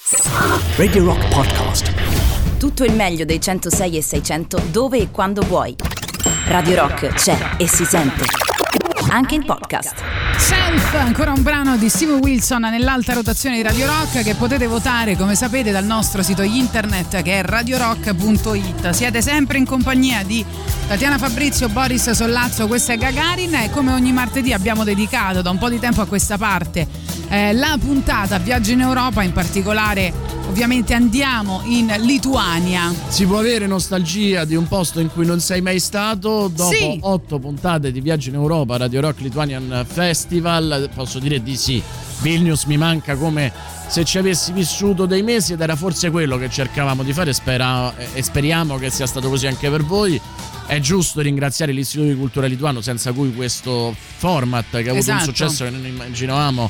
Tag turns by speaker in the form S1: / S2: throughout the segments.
S1: Radio Rock Podcast.
S2: Tutto il meglio dei 106 e 600 dove e quando vuoi. Radio Rock c'è e si sente anche in podcast.
S3: Self, ancora un brano di Steve Wilson nell'alta rotazione di Radio Rock, che potete votare, come sapete, dal nostro sito internet, che è radiorock.it. Siete sempre in compagnia di Tatiana Fabrizio, Boris Sollazzo, questa è Gagarin, e come ogni martedì abbiamo dedicato da un po' di tempo a questa parte la puntata Viaggio in Europa. In particolare ovviamente andiamo in Lituania.
S4: Si può avere nostalgia di un posto in cui non sei mai stato dopo 8 puntate di Viaggio in Europa, Radio Rock Lithuanian Festival. Posso dire di sì. Vilnius mi manca come se ci avessi vissuto dei mesi, ed era forse quello che cercavamo di fare, e speriamo che sia stato così anche per voi. È giusto ringraziare l'Istituto di Cultura Lituano, senza cui questo format, che ha avuto un successo che non immaginavamo,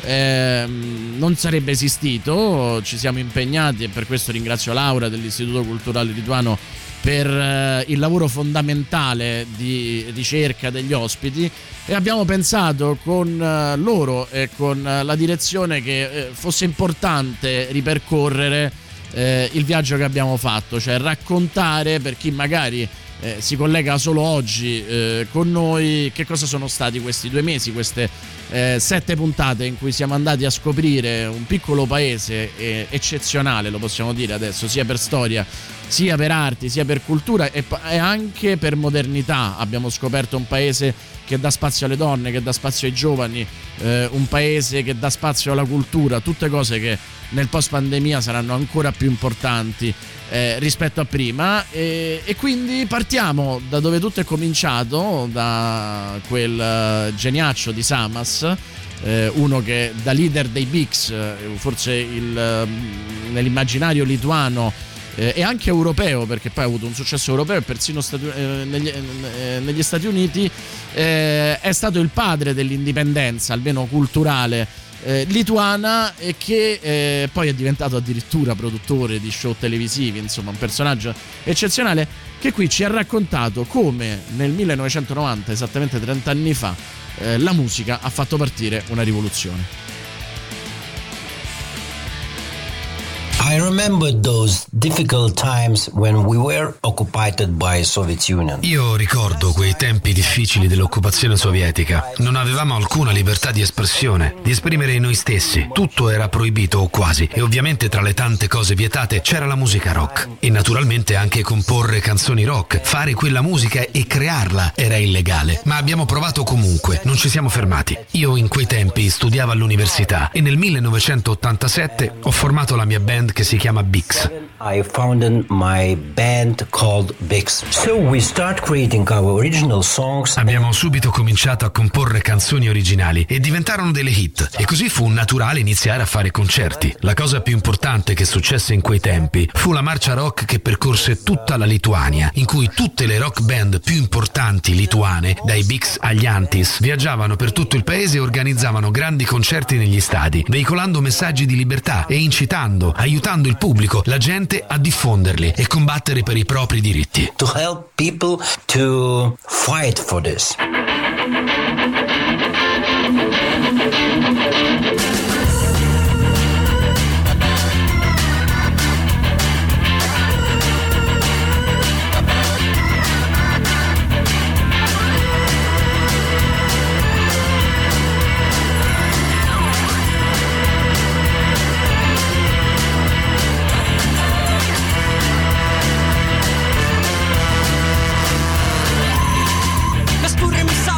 S4: non sarebbe esistito. Ci siamo impegnati, e per questo ringrazio Laura dell'Istituto Culturale Lituano per il lavoro fondamentale di ricerca degli ospiti, e abbiamo pensato con loro e con la direzione che fosse importante ripercorrere il viaggio che abbiamo fatto, cioè raccontare, per chi magari si collega solo oggi con noi, che cosa sono stati questi 2 mesi, queste 7 puntate in cui siamo andati a scoprire un piccolo paese eccezionale, lo possiamo dire adesso, sia per storia, sia per arti, sia per cultura e anche per modernità. Abbiamo scoperto un paese che dà spazio alle donne, che dà spazio ai giovani, un paese che dà spazio alla cultura, tutte cose che nel post pandemia saranno ancora più importanti rispetto a prima, e quindi partiamo da dove tutto è cominciato, da quel geniaccio di Samas, uno che da leader dei Bix, forse nell'immaginario lituano e anche europeo, perché poi ha avuto un successo europeo e persino negli Stati Uniti, è stato il padre dell'indipendenza, almeno culturale, lituana, e che poi è diventato addirittura produttore di show televisivi, insomma un personaggio eccezionale, che qui ci ha raccontato come nel 1990, esattamente 30 anni fa, la musica ha fatto partire una rivoluzione.
S5: I remember those difficult times when we were occupied by Soviet Union.
S6: Io ricordo quei tempi difficili dell'occupazione sovietica. Non avevamo alcuna libertà di espressione, di esprimere noi stessi. Tutto era proibito o quasi, e ovviamente tra le tante cose vietate c'era la musica rock. E naturalmente anche comporre canzoni rock, fare quella musica e crearla era illegale. Ma abbiamo provato comunque, non ci siamo fermati. Io in quei tempi studiavo all'università e nel 1987 ho formato la mia band che si chiama Bix.
S5: I founded my band called Bix. So we start creating our original songs.
S6: Abbiamo subito cominciato a comporre canzoni originali e diventarono delle hit, e così fu naturale iniziare a fare concerti. La cosa più importante che successe in quei tempi fu la marcia rock che percorse tutta la Lituania, in cui tutte le rock band più importanti lituane, dai Bix agli Antis, viaggiavano per tutto il paese e organizzavano grandi concerti negli stadi, veicolando messaggi di libertà e incitando, aiutando il pubblico, la gente, a diffonderli e combattere per i propri diritti.
S5: To help people to fight for this.
S7: Las curre mis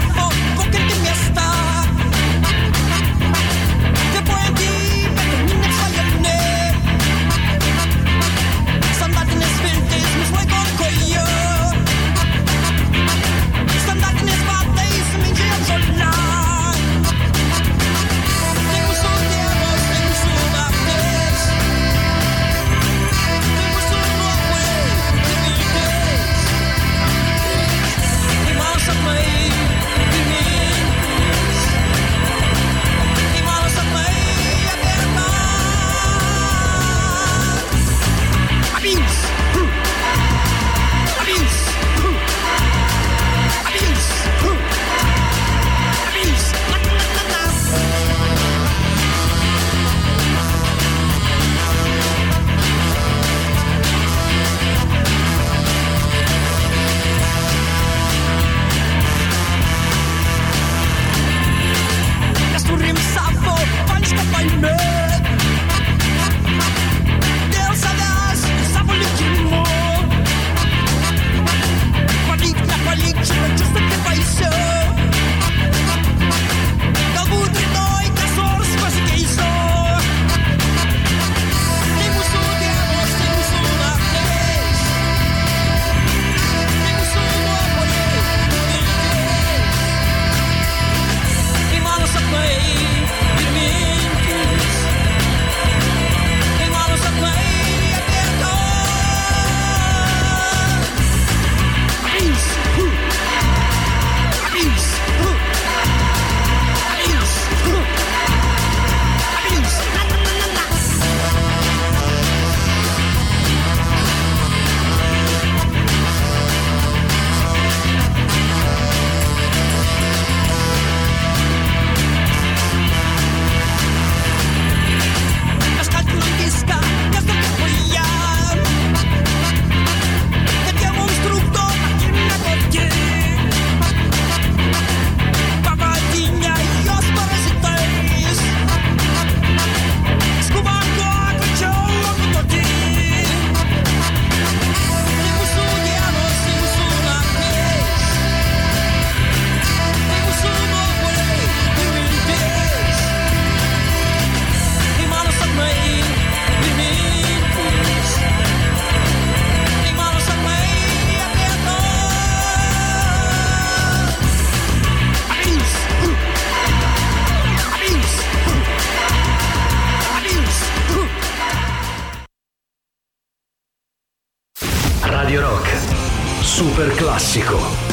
S6: super classico.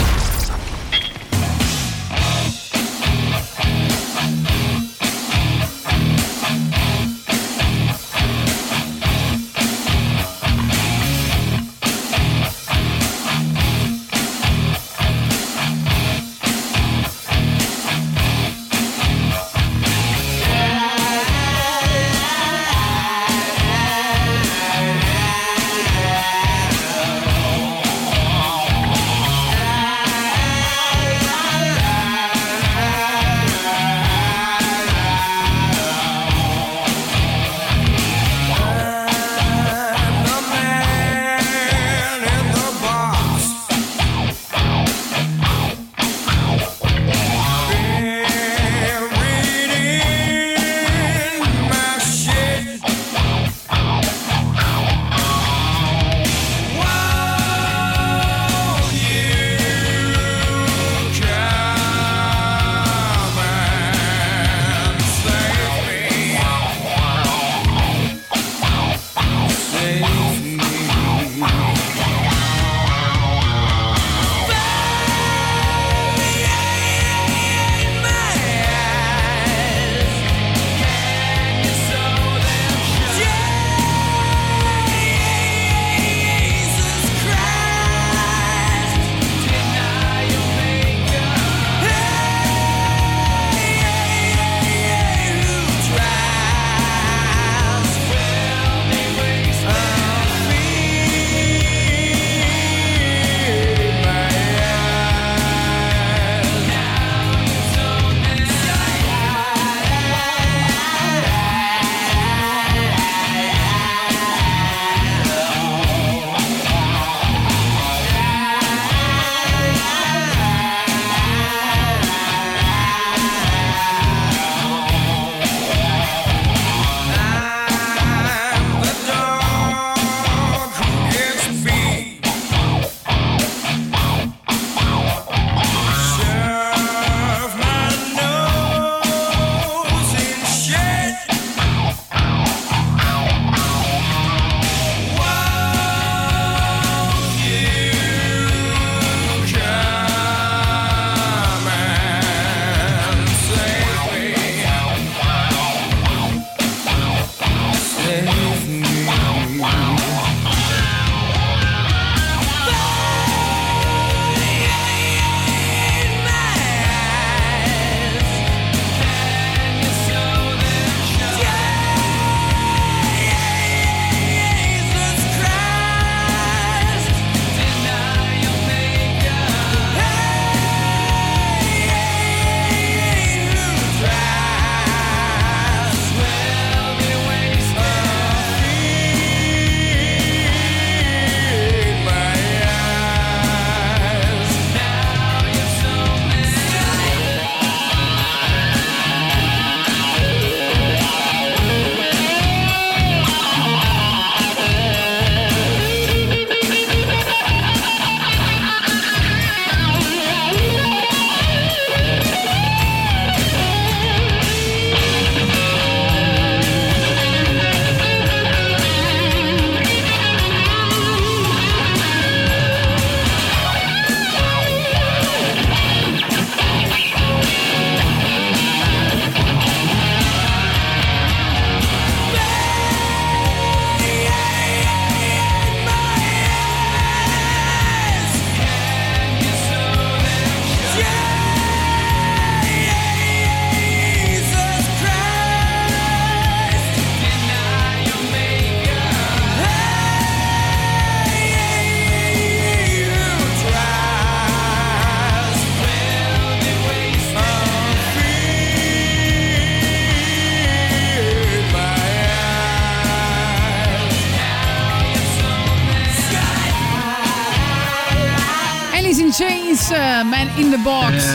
S3: Chains, Man in the Box,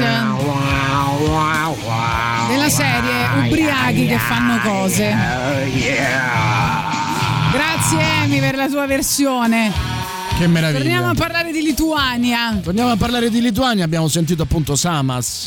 S3: della serie ubriachi che fanno cose. Grazie Amy per la tua versione.
S4: Che meraviglia.
S3: Torniamo a parlare di Lituania.
S4: Abbiamo sentito appunto Samas,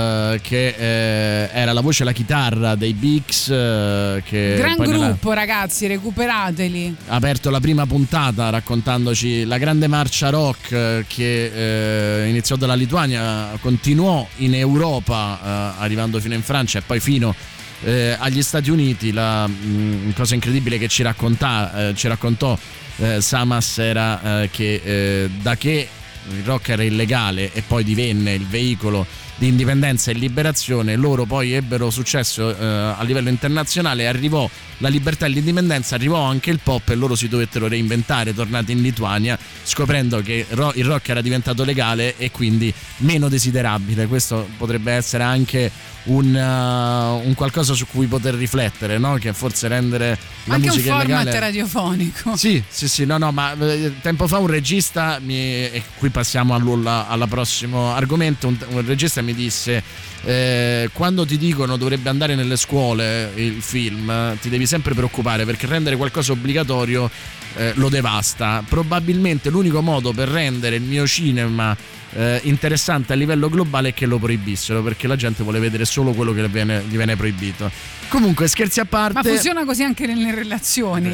S4: che era la voce e la chitarra dei Beaks, che
S3: gran gruppo, ragazzi, recuperateli.
S4: Ha aperto la prima puntata raccontandoci la grande marcia rock che iniziò dalla Lituania, continuò in Europa, arrivando fino in Francia e poi fino agli Stati Uniti. La cosa incredibile che ci raccontò Samas era che da che il rock era illegale e poi divenne il veicolo di indipendenza e liberazione, loro poi ebbero successo a livello internazionale, arrivò la libertà e l'indipendenza, arrivò anche il pop e loro si dovettero reinventare, tornati in Lituania, scoprendo che il rock era diventato legale e quindi meno desiderabile. Questo potrebbe essere anche un qualcosa su cui poter riflettere, no? Che forse rendere la
S3: anche
S4: musica
S3: un format
S4: illegale
S3: radiofonico.
S4: Sì, no, ma tempo fa un regista e qui passiamo al prossimo argomento, un regista mi disse quando ti dicono dovrebbe andare nelle scuole il film, ti devi sempre preoccupare, perché rendere qualcosa obbligatorio lo devasta. Probabilmente l'unico modo per rendere il mio cinema interessante a livello globale è che lo proibissero, perché la gente vuole vedere solo quello che gli viene proibito. Comunque, scherzi a parte,
S3: ma funziona così anche nelle relazioni,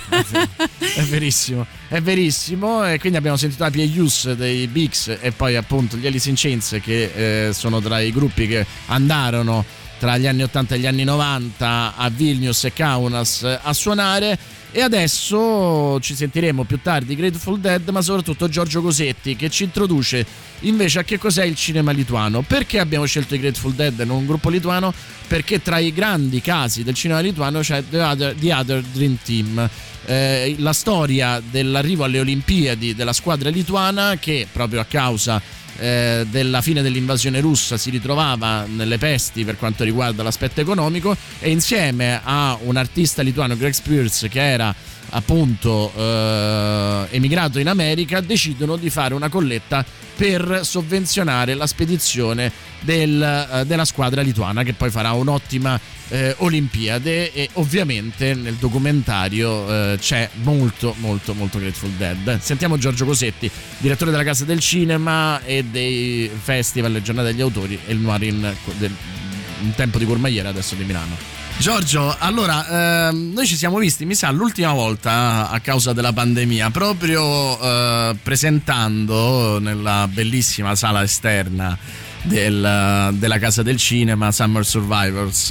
S4: È verissimo. E quindi abbiamo sentito Happy Use dei Beaks e poi appunto gli Alice in Chains, che sono tra i gruppi che andarono tra gli anni 80 e gli anni 90 a Vilnius e Kaunas a suonare. E adesso ci sentiremo più tardi Grateful Dead, ma soprattutto Giorgio Cosetti, che ci introduce invece a che cos'è il cinema lituano. Perché abbiamo scelto i Grateful Dead e non un gruppo lituano? Perché tra i grandi casi del cinema lituano c'è The Other Dream Team, la storia dell'arrivo alle Olimpiadi della squadra lituana, che proprio a causa della fine dell'invasione russa si ritrovava nelle pesti per quanto riguarda l'aspetto economico, e insieme a un artista lituano, Greg Spears, che era appunto emigrato in America, decidono di fare una colletta per sovvenzionare la spedizione della squadra lituana, che poi farà un'ottima Olimpiade. E ovviamente nel documentario c'è molto Grateful Dead. Sentiamo Giorgio Cosetti, direttore della Casa del Cinema e dei festival, le giornate degli autori e il Noir un tempo di Courmayeur, adesso di Milano. Giorgio, allora noi ci siamo visti, mi sa, l'ultima volta a causa della pandemia, proprio presentando nella bellissima sala esterna della Casa del Cinema Summer Survivors,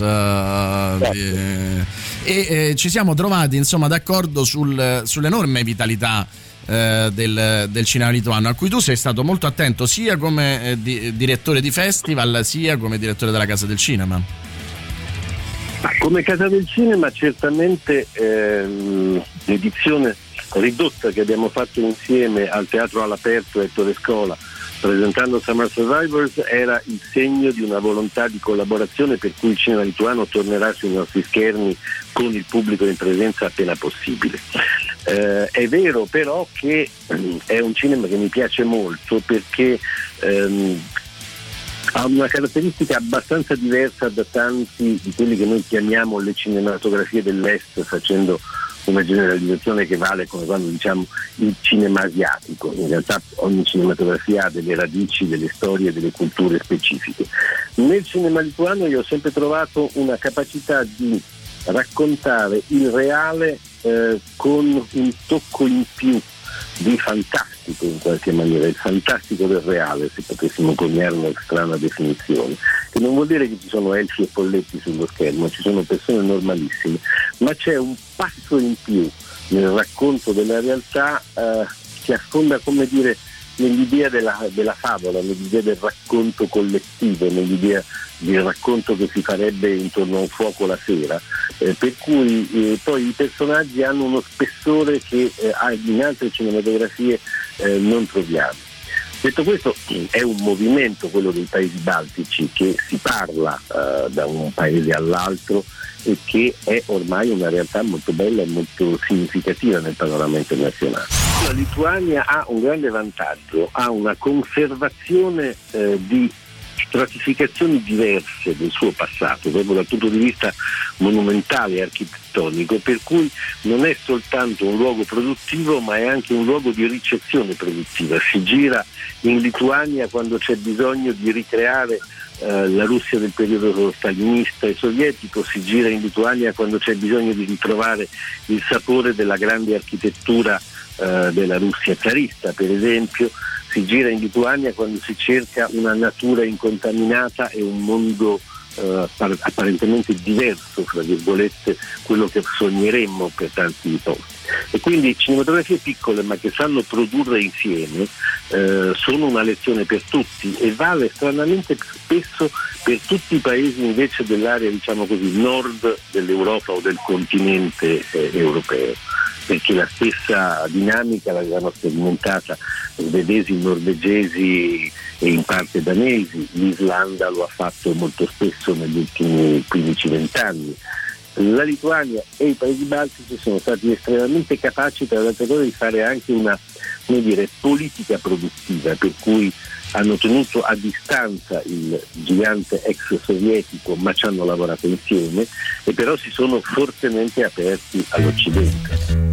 S4: e ci siamo trovati insomma d'accordo sull'enorme vitalità del cinema lituano, a cui tu sei stato molto attento sia come direttore di festival sia come direttore della Casa del Cinema.
S7: Come Casa del Cinema certamente l'edizione ridotta che abbiamo fatto insieme al Teatro all'Aperto e Ettore Scola, presentando Summer Survivors, era il segno di una volontà di collaborazione per cui il cinema lituano tornerà sui nostri schermi con il pubblico in presenza appena possibile. È vero però che è un cinema che mi piace molto, perché ha una caratteristica abbastanza diversa da tanti di quelli che noi chiamiamo le cinematografie dell'Est, facendo una generalizzazione che vale come quando diciamo il cinema asiatico. In realtà ogni cinematografia ha delle radici, delle storie, delle culture specifiche. Nel cinema lituano io ho sempre trovato una capacità di raccontare il reale con un tocco in più di fantastico, in qualche maniera, il fantastico del reale, se potessimo coniare una strana definizione, che non vuol dire che ci sono elfi e polletti sullo schermo, ci sono persone normalissime, ma c'è un passo in più nel racconto della realtà che affonda, come dire, nell'idea della favola, nell'idea del racconto collettivo, nell'idea del racconto che si farebbe intorno a un fuoco la sera, per cui poi i personaggi hanno uno spessore che in altre cinematografie non troviamo. Detto questo, è un movimento, quello dei paesi baltici, che si parla da un paese all'altro e che è ormai una realtà molto bella e molto significativa nel panorama internazionale. La Lituania ha un grande vantaggio, ha una conservazione di stratificazioni diverse del suo passato, proprio dal punto di vista monumentale e architettonico, per cui non è soltanto un luogo produttivo ma è anche un luogo di ricezione produttiva. Si gira in Lituania quando c'è bisogno di ricreare la Russia del periodo stalinista e sovietico, si gira in Lituania quando c'è bisogno di ritrovare il sapore della grande architettura della Russia zarista, per esempio. Si gira in Lituania quando si cerca una natura incontaminata e un mondo apparentemente diverso, fra virgolette, quello che sogneremmo per tanti posti. E quindi cinematografie piccole ma che sanno produrre insieme sono una lezione per tutti, e vale stranamente spesso per tutti i paesi invece dell'area, diciamo così, nord dell'Europa o del continente europeo, perché la stessa dinamica l'avevano sperimentata svedesi, norvegesi e in parte danesi. L'Islanda lo ha fatto molto spesso negli ultimi 15-20 anni. La Lituania e i paesi baltici sono stati estremamente capaci, tra le altre cose, di fare anche una, come dire, politica produttiva, per cui hanno tenuto a distanza il gigante ex sovietico, ma ci hanno lavorato insieme, e però si sono fortemente aperti all'Occidente.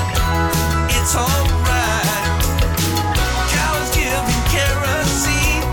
S8: It's alright. Cows giving kerosene.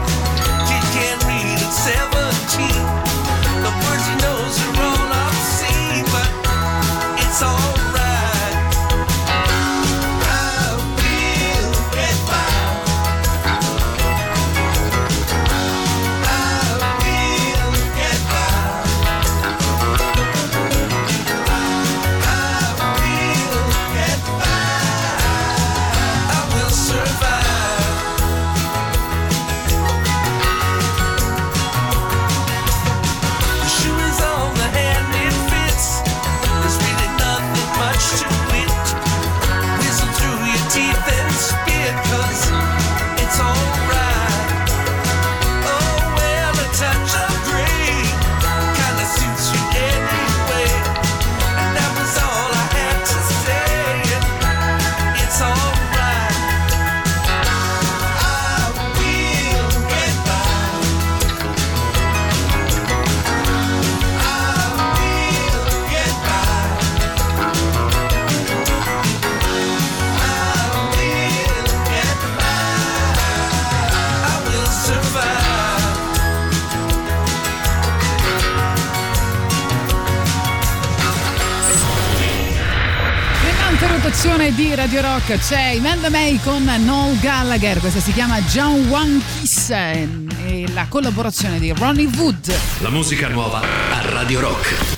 S3: Nell'alta rotazione di Radio Rock c'è Imelda May con Noel Gallagher, questa si chiama John One Kiss e la collaborazione di Ronnie Wood.
S1: La musica nuova a Radio Rock.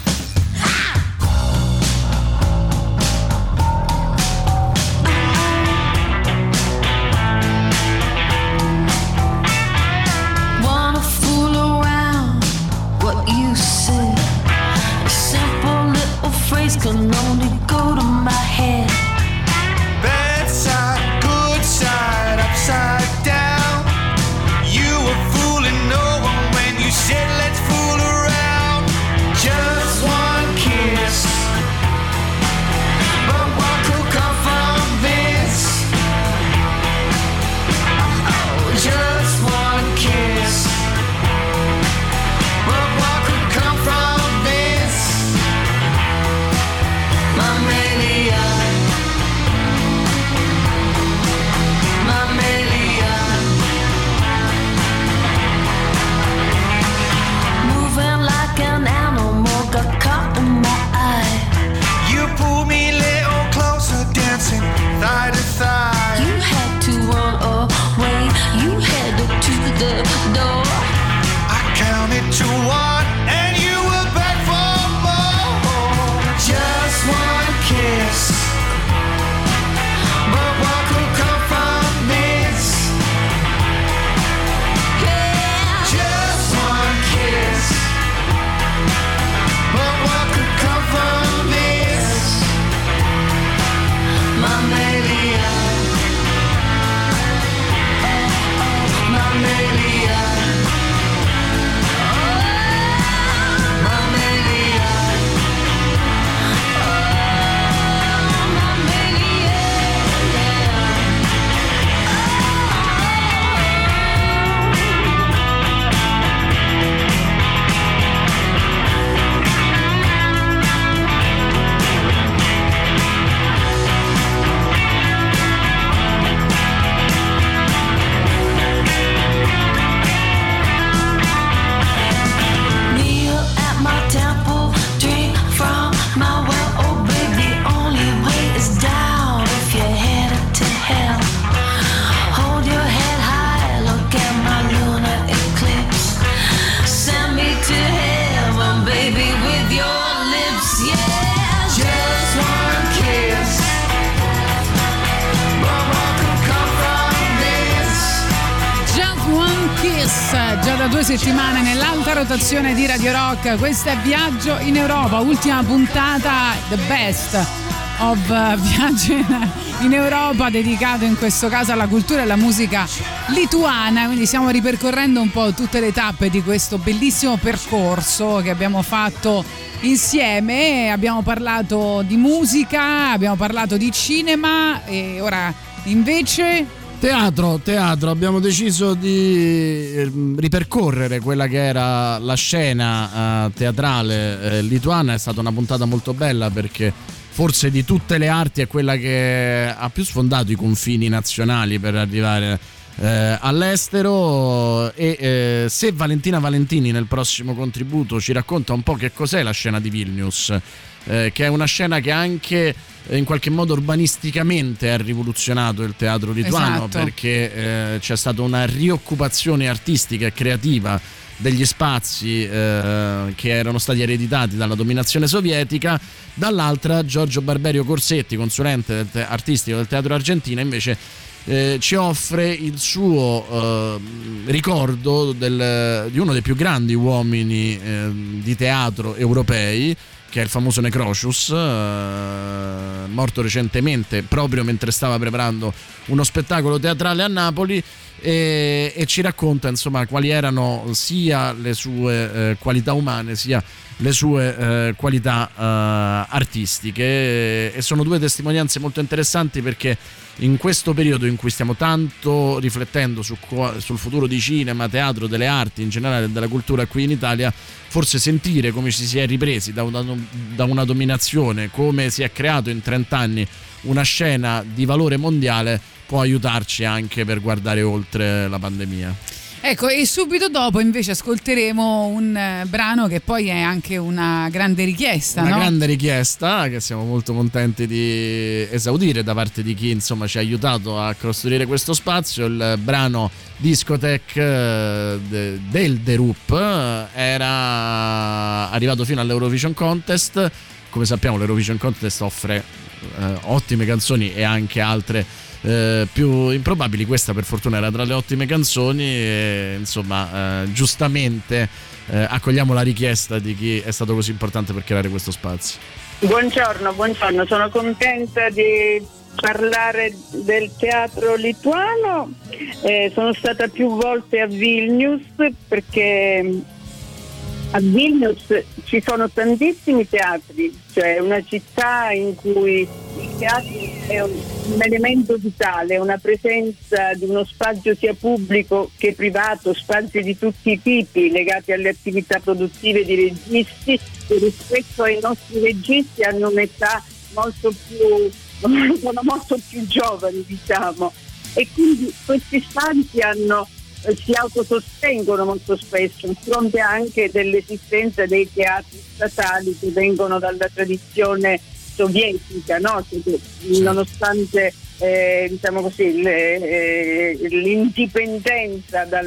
S8: Can only go to my head. Bad side, good side, upside down. You were fooling no one when you said let's fool around. Just one kiss, but what could come from this? Oh, just one kiss, but what could come from this? Mammalia, Mammalia, moving like an animal, got caught in my eye. You pulled me a little closer, dancing thigh to thigh. You had to run away, you headed to the door. I counted to one, and you were back for more. Just one kiss, but what could come from this? Yeah, just one kiss, but what could come from this? Mammalia, Mammalia, Mammalia. Kneel at my temple, drink from my well. Oh baby, the only way is down if you're headed to hell. Hold your head high, look at my lunar eclipse. Send me to heaven, baby, with your lips, yeah. Just one kiss, but what could come from this?
S3: Just One Kiss, già da 2 settimane nell'alta rotazione di Radio Rock. Questo è Viaggio in Europa, ultima puntata, the best of Viaggio in Europa, dedicato in questo caso alla cultura e alla musica lituana. Quindi stiamo ripercorrendo un po' tutte le tappe di questo bellissimo percorso che abbiamo fatto insieme. Abbiamo parlato di musica, abbiamo parlato di cinema e ora invece
S4: Teatro, abbiamo deciso di ripercorrere quella che era la scena teatrale lituana. È stata una puntata molto bella perché forse di tutte le arti è quella che ha più sfondato i confini nazionali per arrivare all'estero e se Valentina Valentini nel prossimo contributo ci racconta un po' che cos'è la scena di Vilnius, che è una scena che anche in qualche modo urbanisticamente ha rivoluzionato il teatro lituano,
S3: esatto,
S4: perché c'è stata una rioccupazione artistica e creativa degli spazi che erano stati ereditati dalla dominazione sovietica. Dall'altra Giorgio Barberio Corsetti, consulente artistico del teatro argentino, invece ci offre il suo ricordo di uno dei più grandi uomini di teatro europei, che è il famoso Necrocius, morto recentemente proprio mentre stava preparando uno spettacolo teatrale a Napoli, e ci racconta insomma quali erano sia le sue qualità umane sia le sue qualità artistiche, e sono due testimonianze molto interessanti perché in questo periodo in cui stiamo tanto riflettendo sul futuro di cinema, teatro, delle arti in generale, della cultura qui in Italia, forse sentire come ci si è ripresi da una dominazione, come si è creato in 30 anni una scena di valore mondiale, può aiutarci anche per guardare oltre la pandemia.
S3: Ecco, e subito dopo invece ascolteremo un brano che poi è anche una grande richiesta,
S4: una
S3: no?
S4: grande richiesta che siamo molto contenti di esaudire da parte di chi insomma ci ha aiutato a costruire questo spazio. Il brano Discotheque del The Roop era arrivato fino all'Eurovision Contest. Come sappiamo l'Eurovision Contest offre ottime canzoni e anche altre più improbabili. Questa per fortuna era tra le ottime canzoni e insomma giustamente accogliamo la richiesta di chi è stato così importante per creare questo spazio.
S9: Buongiorno, sono contenta di parlare del teatro lituano. Sono stata più volte a Vilnius perché a Vilnius ci sono tantissimi teatri, cioè una città in cui il teatro è un elemento vitale, una presenza di uno spazio sia pubblico che privato, spazi di tutti i tipi legati alle attività produttive di registi che rispetto ai nostri registi hanno un'età sono molto più giovani, diciamo, e quindi questi spazi si autosostengono molto spesso a fronte anche dell'esistenza dei teatri statali che vengono dalla tradizione sovietica, no? Nonostante diciamo così l'indipendenza dal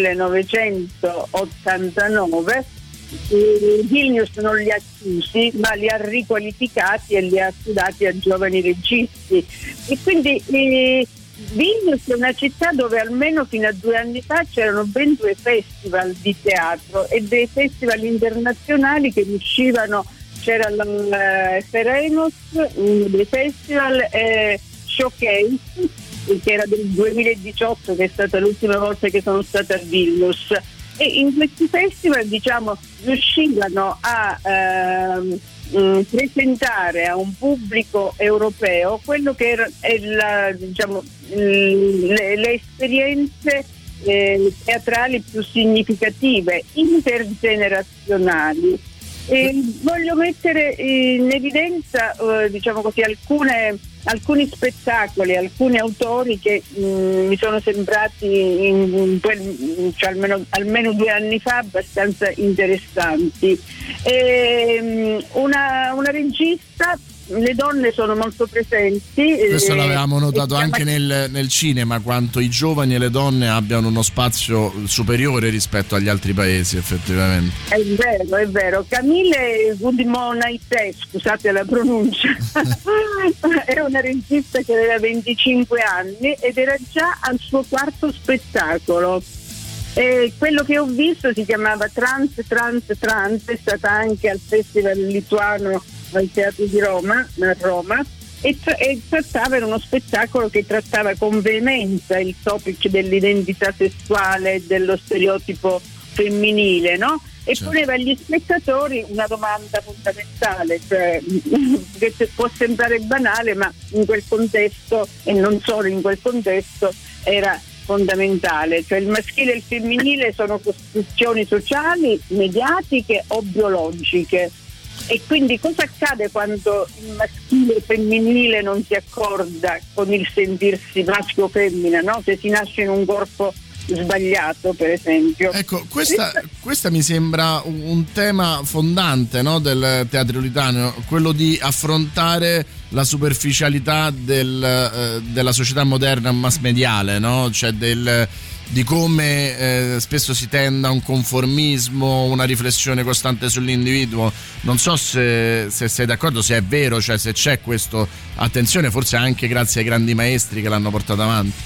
S9: 1989, Vilnius non li ha chiusi ma li ha riqualificati e li ha affidati a giovani registi, e quindi Vilnius è una città dove almeno fino a 2 anni fa c'erano ben 2 festival di teatro e dei festival internazionali che riuscivano. C'era Serenos, uno dei festival, Showcase, che era del 2018, che è stata l'ultima volta che sono stata a Vilnius, e in questi festival diciamo riuscivano a presentare a un pubblico europeo quello che è le esperienze teatrali più significative, intergenerazionali. Voglio mettere in evidenza diciamo così alcuni spettacoli, alcuni autori che mi sono sembrati cioè almeno 2 anni fa abbastanza interessanti. Una regista, le donne sono molto presenti.
S4: Questo l'avevamo notato anche nel cinema, quanto i giovani e le donne abbiano uno spazio superiore rispetto agli altri paesi, effettivamente.
S9: È vero. Camille Goudimont-Naïté, scusate la pronuncia, era una regista che aveva 25 anni ed era già al suo 4º spettacolo. Quello che ho visto si chiamava Trans, è stata anche al Festival Lituano al Teatro di Roma, a Roma, e era uno spettacolo che trattava con veemenza il topic dell'identità sessuale e dello stereotipo femminile, no? E poneva agli spettatori una domanda fondamentale, cioè, che può sembrare banale, ma in quel contesto, e non solo in quel contesto, era fondamentale. Cioè il maschile e il femminile sono costruzioni sociali, mediatiche o biologiche. E quindi cosa accade quando il maschile e il femminile non si accorda con il sentirsi maschio o femmina, no? Se si nasce in un corpo sbagliato, per esempio.
S4: Ecco, questa mi sembra un tema fondante, no, del teatro lituano, quello di affrontare la superficialità della società moderna mass mediale, no? Cioè di come spesso si tenda a un conformismo, una riflessione costante sull'individuo. Non so se sei d'accordo, se è vero, cioè se c'è questa attenzione, forse anche grazie ai grandi maestri che l'hanno portata avanti.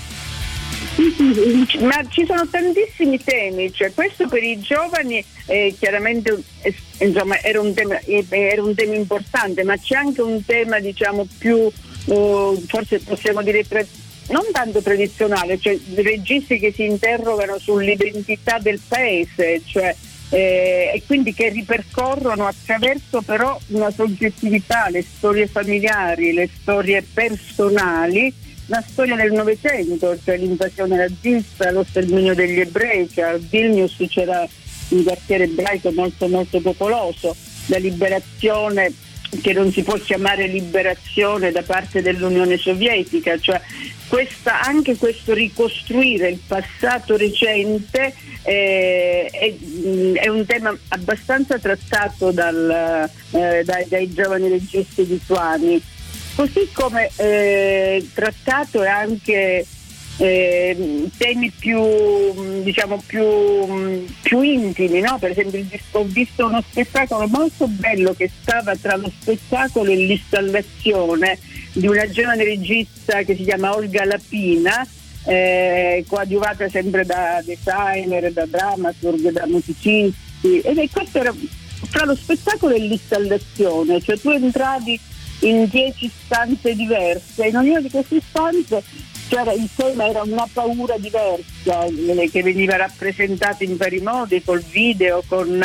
S9: Ma ci sono tantissimi temi, cioè questo per i giovani chiaramente insomma era un tema importante, ma c'è anche un tema diciamo più forse possiamo dire non tanto tradizionale, cioè registi che si interrogano sull'identità del paese, cioè e quindi che ripercorrono attraverso però una soggettività, le storie familiari, le storie personali, la storia del Novecento, cioè l'invasione nazista, lo sterminio degli ebrei, cioè a Vilnius c'era un quartiere ebraico molto molto popoloso, la liberazione che non si può chiamare liberazione da parte dell'Unione Sovietica, cioè anche questo ricostruire il passato recente è un tema abbastanza trattato dai giovani registi lituani, così come trattato è anche temi più intimi, no? Per esempio ho visto uno spettacolo molto bello che stava tra lo spettacolo e l'installazione di una giovane regista che si chiama Olga Lapina, coadiuvata sempre da designer, da dramaturg, da musicisti, ed questo era fra lo spettacolo e l'installazione, cioè tu entravi in 10 stanze diverse, in ognuna di queste stanze il tema era una paura diversa che veniva rappresentata in vari modi, col video, con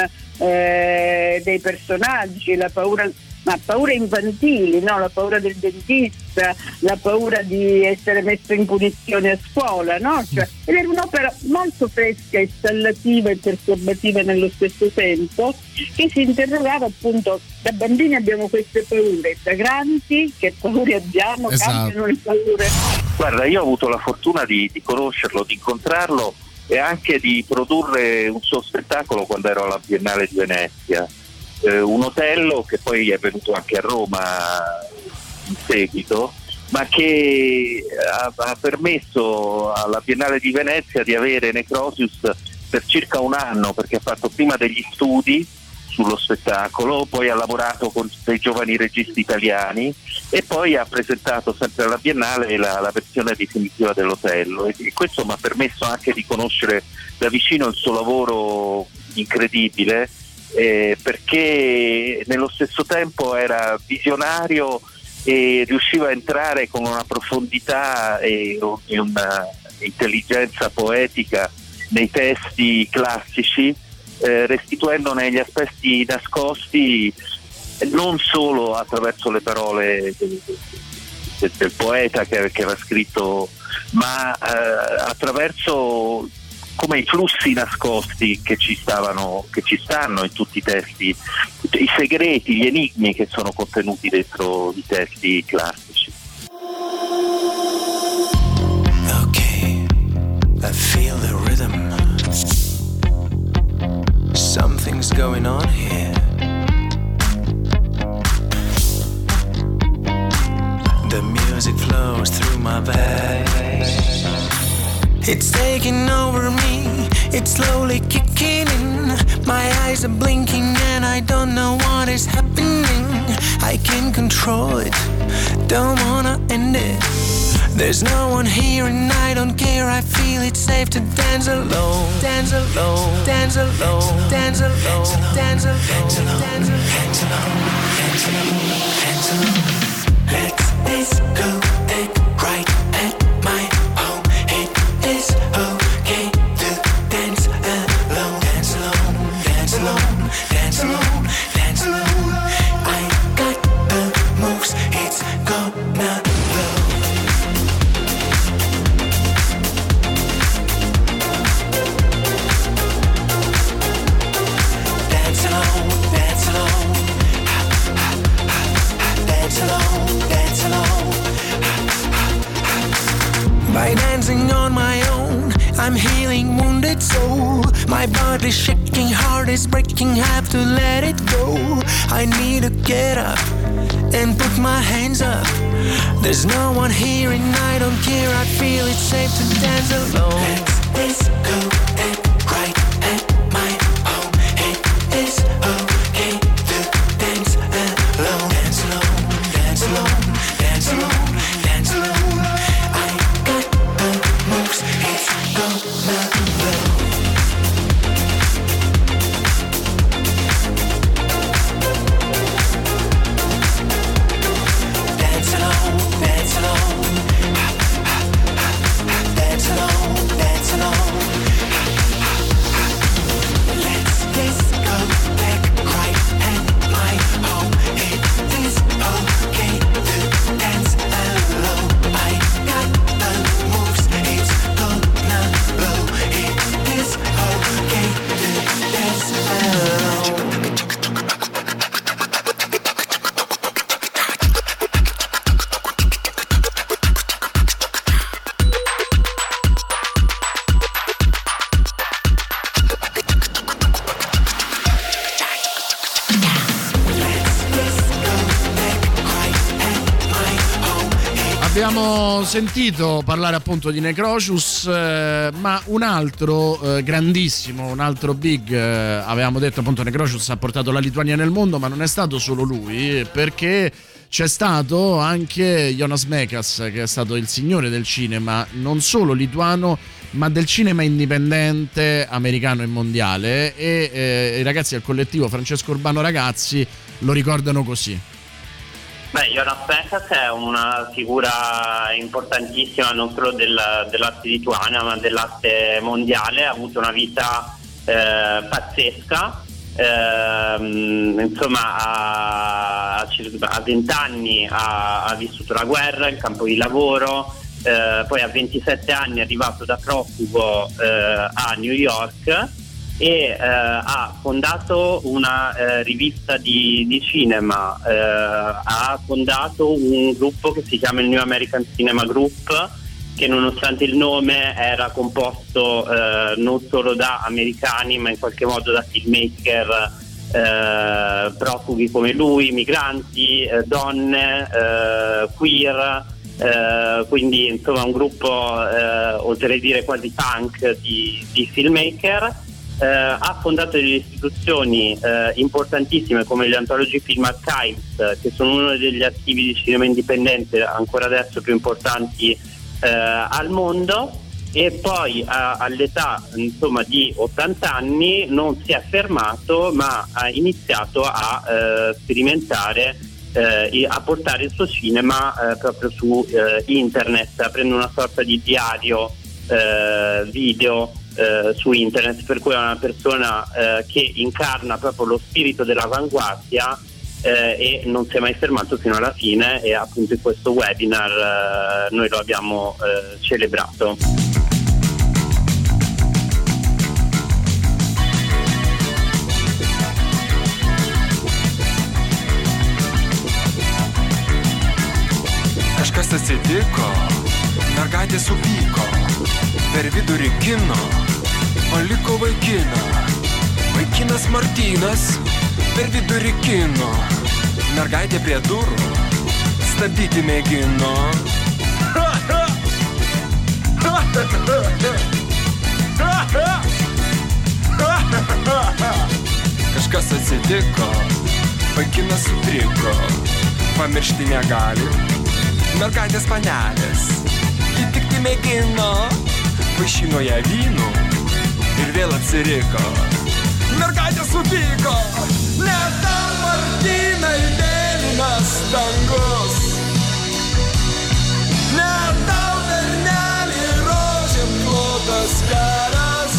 S9: dei personaggi, la paura infantili, no? La paura del dentista, la paura di essere messo in punizione a scuola, no? Ed era un'opera molto fresca, installativa e perturbativa nello stesso tempo, che si interrogava appunto: da bambini abbiamo queste paure, da grandi che paure abbiamo, cambiano le paure.
S10: Guarda, io ho avuto la fortuna di conoscerlo, di incontrarlo e anche di produrre un suo spettacolo quando ero alla Biennale di Venezia. Un Otello che poi è venuto anche a Roma in seguito, ma che ha permesso alla Biennale di Venezia di avere Necrosius per circa un anno, perché ha fatto prima degli studi sullo spettacolo, poi ha lavorato con dei giovani registi italiani e poi ha presentato sempre alla Biennale la versione definitiva dell'Otello, e questo mi ha permesso anche di conoscere da vicino il suo lavoro incredibile, perché nello stesso tempo era visionario e riusciva a entrare con una profondità e una intelligenza poetica nei testi classici, restituendone gli aspetti nascosti non solo attraverso le parole del poeta che aveva scritto, ma attraverso come i flussi nascosti che ci stanno in tutti i testi, i segreti, gli enigmi che sono contenuti dentro i testi classici.
S8: Okay, I feel the rhythm. Something's going on here. The music flows through my veins. It's taking over me, it's slowly kicking in. My eyes are blinking and I don't know what is happening. I can't control it, don't wanna end it. There's no one here and I don't care, I feel it's safe to dance alone. Dance alone, dance alone, dance alone, dance alone, dance alone, dance alone, dance alone, dance alone. Let this go, take right at my home. It is okay to dance alone. Dance alone, dance alone, dance alone, dance alone. I got the moves, it's gonna blow. Dance alone, dance alone, dance alone, dance alone. By dancing on my own, I'm healing wounded soul. My body's shaking, heart is breaking, have to let it go. I need to get up and put my hands up. There's no one here and I don't care, I feel it's safe to dance alone. Let this go, take right at my home. It is okay to dance alone. Dance alone, dance alone, dance alone, dance alone. I got the moves, it's gonna blow. Dance alone, dance alone, dance alone, dance alone. Let's disco back right at my home. It is okay to
S4: Abbiamo sentito parlare appunto di Necrocious, ma un altro grandissimo, un altro big, avevamo detto appunto Necrocious ha portato la Lituania nel mondo, ma non è stato solo lui, perché c'è stato anche Jonas Mekas, che è stato il signore del cinema, non solo lituano, ma del cinema indipendente americano e mondiale, e i ragazzi del collettivo Francesco Urbano Ragazzi lo ricordano così.
S11: Beh, Jonas Mekas è una figura importantissima non solo dell'arte lituana ma dell'arte mondiale, ha avuto una vita pazzesca, insomma a 20 anni ha vissuto la guerra, il campo di lavoro, poi a 27 anni è arrivato da profugo a New York e ha fondato una rivista di cinema, ha fondato un gruppo che si chiama il New American Cinema Group, che nonostante il nome era composto non solo da americani ma in qualche modo da filmmaker profughi come lui, migranti, donne, queer, quindi insomma un gruppo oserei dire quasi punk di filmmaker. Ha fondato delle istituzioni importantissime come gli Anthology Film Archives, che sono uno degli archivi di cinema indipendente ancora adesso più importanti al mondo, e poi all'età insomma di 80 anni non si è fermato ma ha iniziato a sperimentare, a portare il suo cinema proprio su internet, aprendo una sorta di diario video su internet, per cui è una persona che incarna proprio lo spirito dell'avanguardia e non si è mai fermato fino alla fine, e appunto in questo webinar noi lo abbiamo celebrato.
S12: Kažkas atsitiko, mergaitė supyko, per vidurį kino paliko vaikiną. Vaikinas Martynas per vidurį kino, mergaitė prie durų stabdyti mėgino. Kažkas atsitiko, vaikinas sutriko, pamiršti negali. Mergaitės panelės įtikti mėgino, vaišino ją vynu ir vėl atsiriko. Mergaitė supyko, ne tau Martynai mėlynas dangus, ne tau bernelį rožėm klotas kelias,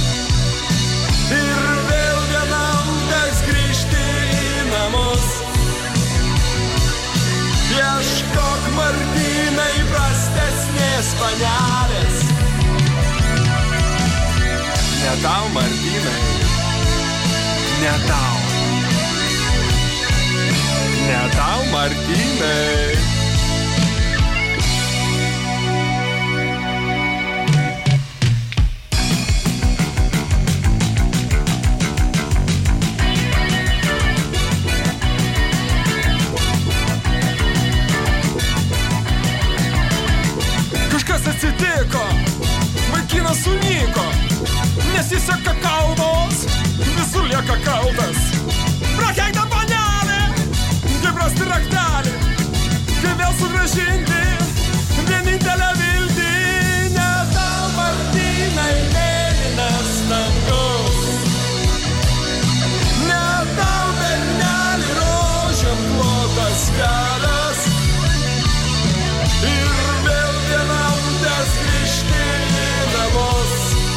S12: ir vėl vienam teks grįžti į namus. Ieškok Martynai prastesnės panelės, ne tau Martynai, ne tau, ne tau Martynai. Atsitiko, vaikinas sunyko, nesiseka kalbos, visur lieka kaltas. Prakeikta panelė, kaip rasti raktelį, kaip vėl sugrąžinti vienintelę viltį. Ne tau Martynai mėlynas dangus, ne tau bernelį rožėm klotas kelias, ir vėl vienam grįžti į namus.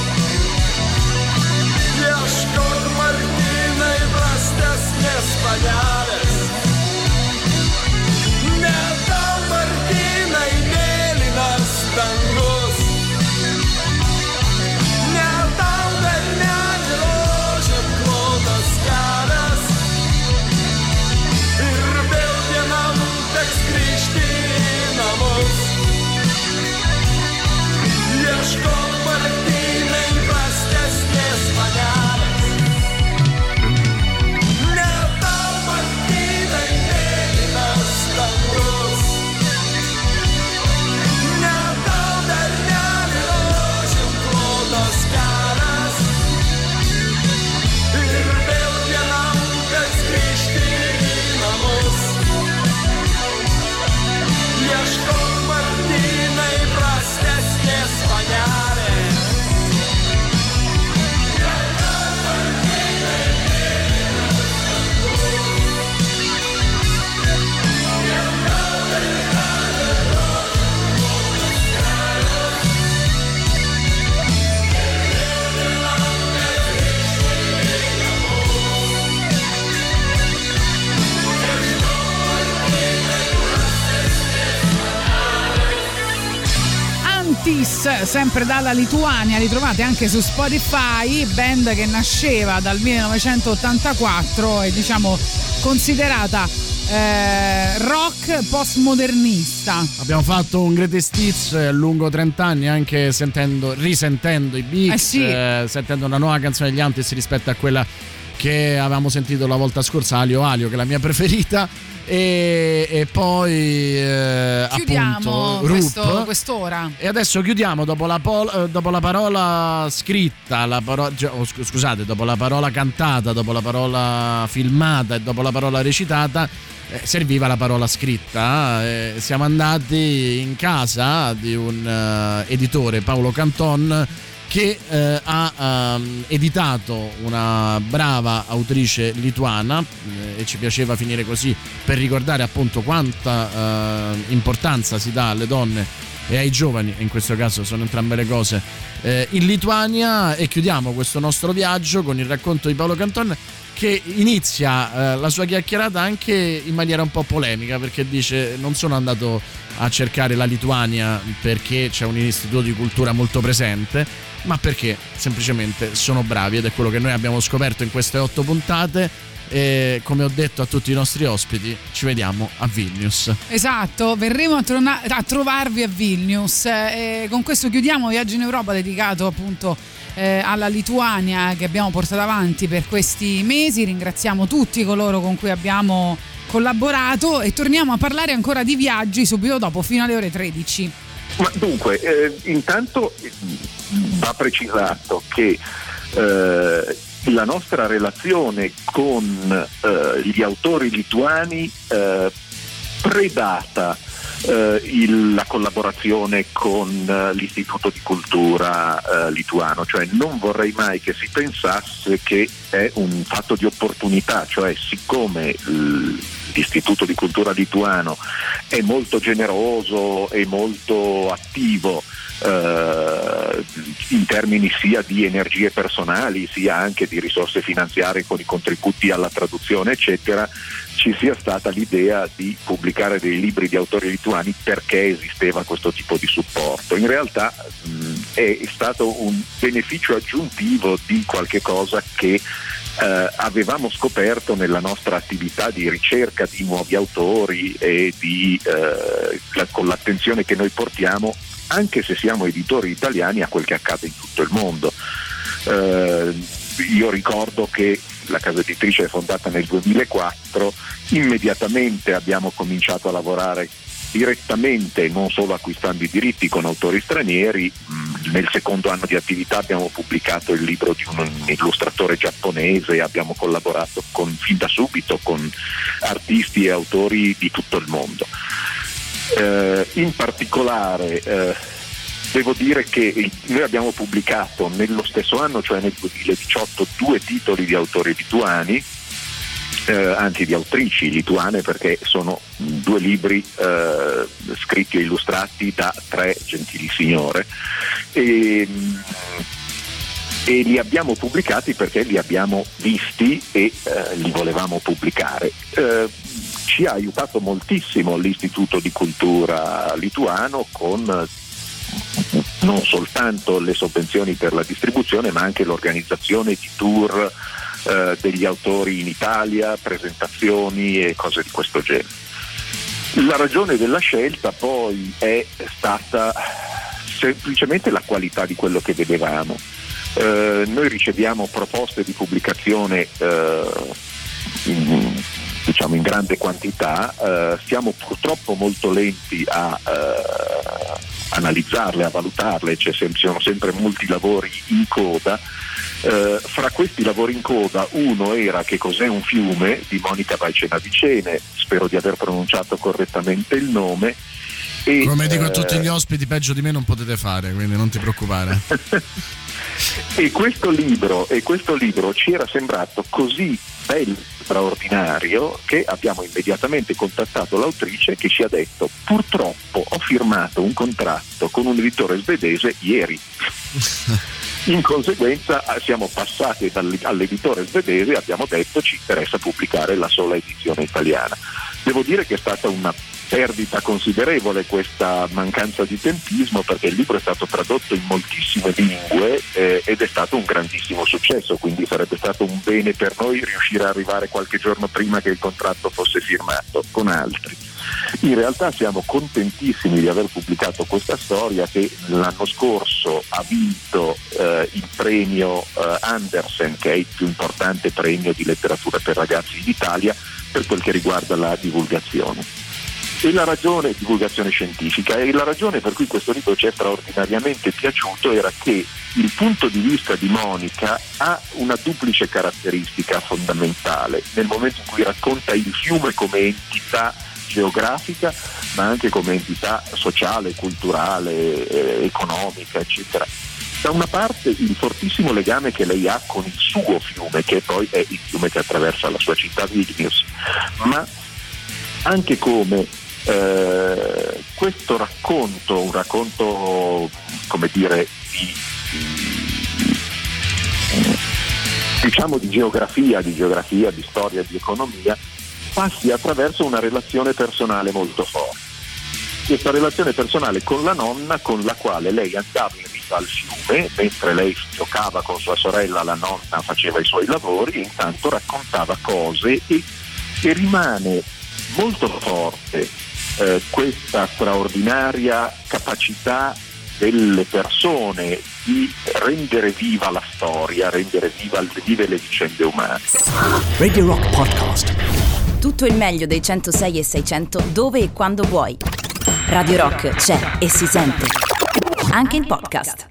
S12: Ieškok Martynai prastesnės panelės, ne tau Martynai mėlynas dangus, ne tau bernelį rožėm klotas kelias, ir vėl vienam teks grįžti į namus. Ieškok Martynai prastesnės panelės, ne tau Martynai mėlynas dangus,
S3: Gridetis, sempre dalla Lituania, li trovate anche su Spotify, band che nasceva dal 1984 e diciamo considerata rock postmodernista.
S4: Abbiamo fatto un Greatest Hits lungo 30 anni, anche risentendo i Beats, sentendo una nuova canzone degli Antis rispetto a quella che avevamo sentito la volta scorsa, Alio Alio, che è la mia preferita. E poi
S3: chiudiamo
S4: appunto
S3: quest'ora.
S4: E adesso chiudiamo dopo la parola scritta, dopo la parola cantata, dopo la parola filmata e dopo la parola recitata, serviva la parola scritta. Siamo andati in casa di un editore, Paolo Canton, che ha editato una brava autrice lituana, e ci piaceva finire così per ricordare appunto quanta importanza si dà alle donne e ai giovani, e in questo caso sono entrambe le cose, in Lituania. E chiudiamo questo nostro viaggio con il racconto di Paolo Canton, che inizia la sua chiacchierata anche in maniera un po' polemica, perché dice: non sono andato a cercare la Lituania perché c'è un istituto di cultura molto presente, ma perché semplicemente sono bravi, ed è quello che noi abbiamo scoperto in queste 8 puntate. E come ho detto a tutti i nostri ospiti, ci vediamo a Vilnius.
S3: Esatto, verremo a trovarvi a Vilnius. Con questo chiudiamo Viaggio in Europa, dedicato appunto alla Lituania, che abbiamo portato avanti per questi mesi. Ringraziamo tutti coloro con cui abbiamo collaborato e torniamo a parlare ancora di viaggi subito dopo, fino alle ore 13.
S10: Ma dunque, intanto va precisato che la nostra relazione con gli autori lituani predata la collaborazione con l'Istituto di Cultura lituano, cioè non vorrei mai che si pensasse che è un fatto di opportunità, cioè siccome l'Istituto di Cultura lituano è molto generoso e molto attivo in termini sia di energie personali sia anche di risorse finanziarie con i contributi alla traduzione eccetera, ci sia stata l'idea di pubblicare dei libri di autori lituani perché esisteva questo tipo di supporto. In realtà è stato un beneficio aggiuntivo di qualche cosa che avevamo scoperto nella nostra attività di ricerca di nuovi autori e con l'attenzione che noi portiamo, anche se siamo editori italiani, a quel che accade in tutto il mondo. Io ricordo che la casa editrice è fondata nel 2004, immediatamente abbiamo cominciato a lavorare direttamente, non solo acquistando i diritti, con autori stranieri. Nel secondo anno di attività abbiamo pubblicato il libro di un illustratore giapponese, abbiamo collaborato fin da subito con artisti e autori di tutto il mondo. In particolare devo dire che noi abbiamo pubblicato nello stesso anno, cioè nel 2018, 2 titoli di autori lituani, anzi di autrici lituane, perché sono 2 libri scritti e illustrati da 3 gentili signore, e li abbiamo pubblicati perché li abbiamo visti e li volevamo pubblicare. Ci ha aiutato moltissimo l'Istituto di Cultura lituano con non soltanto le sovvenzioni per la distribuzione, ma anche l'organizzazione di tour degli autori in Italia, presentazioni e cose di questo genere. La ragione della scelta poi è stata semplicemente la qualità di quello che vedevamo. Noi riceviamo proposte di pubblicazione in grande quantità, siamo purtroppo molto lenti a analizzarle, a valutarle, sono sempre molti lavori in coda. Fra questi lavori in coda uno era Che cos'è un fiume di Monica Vaicena-Vicene, spero di aver pronunciato correttamente il nome. E,
S4: come dico a tutti gli ospiti, peggio di me non potete fare, quindi non ti preoccupare.
S10: E questo libro ci era sembrato così bello, straordinario, che abbiamo immediatamente contattato l'autrice, che ci ha detto: purtroppo ho firmato un contratto con un editore svedese ieri. In conseguenza siamo passati all'editore svedese e abbiamo detto: ci interessa pubblicare la sola edizione italiana. Devo dire che è stata una perdita considerevole questa mancanza di tempismo, perché il libro è stato tradotto in moltissime lingue ed è stato un grandissimo successo, quindi sarebbe stato un bene per noi riuscire ad arrivare qualche giorno prima che il contratto fosse firmato con altri. In realtà siamo contentissimi di aver pubblicato questa storia, che l'anno scorso ha vinto il premio Andersen, che è il più importante premio di letteratura per ragazzi in Italia per quel che riguarda la divulgazione. E la ragione, divulgazione scientifica, e la ragione per cui questo libro ci è straordinariamente piaciuto era che il punto di vista di Monica ha una duplice caratteristica fondamentale nel momento in cui racconta il fiume come entità geografica, ma anche come entità sociale, culturale, economica, eccetera. Da una parte il fortissimo legame che lei ha con il suo fiume, che poi è il fiume che attraversa la sua città Vilnius, ma anche come questo racconto, un racconto, come dire, diciamo di geografia, di storia, di economia, passi attraverso una relazione personale molto forte. Questa relazione personale con la nonna, con la quale lei andava in riva al fiume, mentre lei giocava con sua sorella, la nonna faceva i suoi lavori e intanto raccontava cose, e rimane molto forte questa straordinaria capacità delle persone di rendere viva la storia, rendere vive le vicende umane.
S1: Radio Rock Podcast.
S2: Tutto il meglio dei 106 e 600 dove e quando vuoi. Radio Rock c'è e si sente. Anche in podcast.